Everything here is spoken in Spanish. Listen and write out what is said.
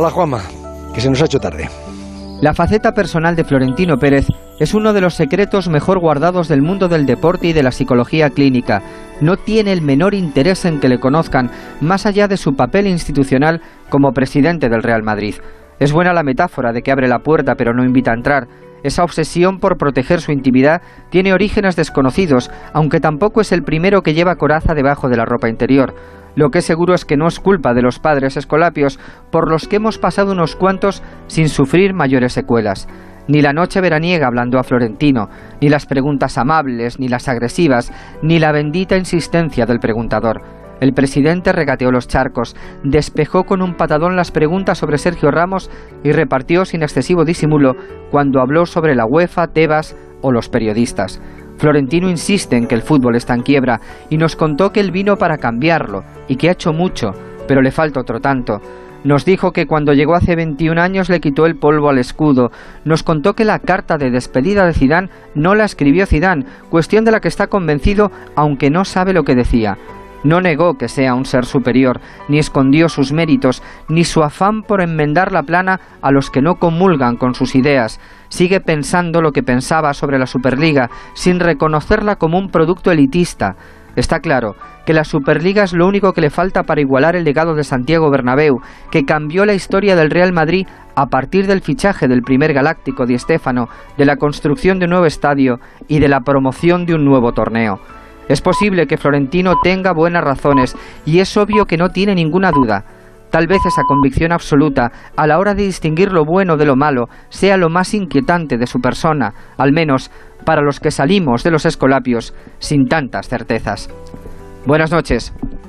Hala, Juanma, que se nos ha hecho tarde. La faceta personal de Florentino Pérez es uno de los secretos mejor guardados del mundo del deporte y de la psicología clínica. No tiene el menor interés en que le conozcan, más allá de su papel institucional como presidente del Real Madrid. Es buena la metáfora de que abre la puerta pero no invita a entrar. Esa obsesión por proteger su intimidad tiene orígenes desconocidos, aunque tampoco es el primero que lleva coraza debajo de la ropa interior. Lo que es seguro es que no es culpa de los padres escolapios, por los que hemos pasado unos cuantos sin sufrir mayores secuelas. Ni la noche veraniega hablando a Florentino, ni las preguntas amables, ni las agresivas, ni la bendita insistencia del preguntador. El presidente regateó los charcos, despejó con un patadón las preguntas sobre Sergio Ramos y repartió sin excesivo disimulo cuando habló sobre la UEFA, Tebas o los periodistas. Florentino insiste en que el fútbol está en quiebra y nos contó que él vino para cambiarlo y que ha hecho mucho, pero le falta otro tanto. Nos dijo que cuando llegó hace 21 años le quitó el polvo al escudo. Nos contó que la carta de despedida de Zidane no la escribió Zidane, cuestión de la que está convencido aunque no sabe lo que decía. No negó que sea un ser superior, ni escondió sus méritos, ni su afán por enmendar la plana a los que no comulgan con sus ideas. Sigue pensando lo que pensaba sobre la Superliga, sin reconocerla como un producto elitista. Está claro que la Superliga es lo único que le falta para igualar el legado de Santiago Bernabéu, que cambió la historia del Real Madrid a partir del fichaje del primer galáctico Di Stéfano, de la construcción de un nuevo estadio y de la promoción de un nuevo torneo. Es posible que Florentino tenga buenas razones y es obvio que no tiene ninguna duda. Tal vez esa convicción absoluta a la hora de distinguir lo bueno de lo malo sea lo más inquietante de su persona, al menos para los que salimos de los escolapios sin tantas certezas. Buenas noches.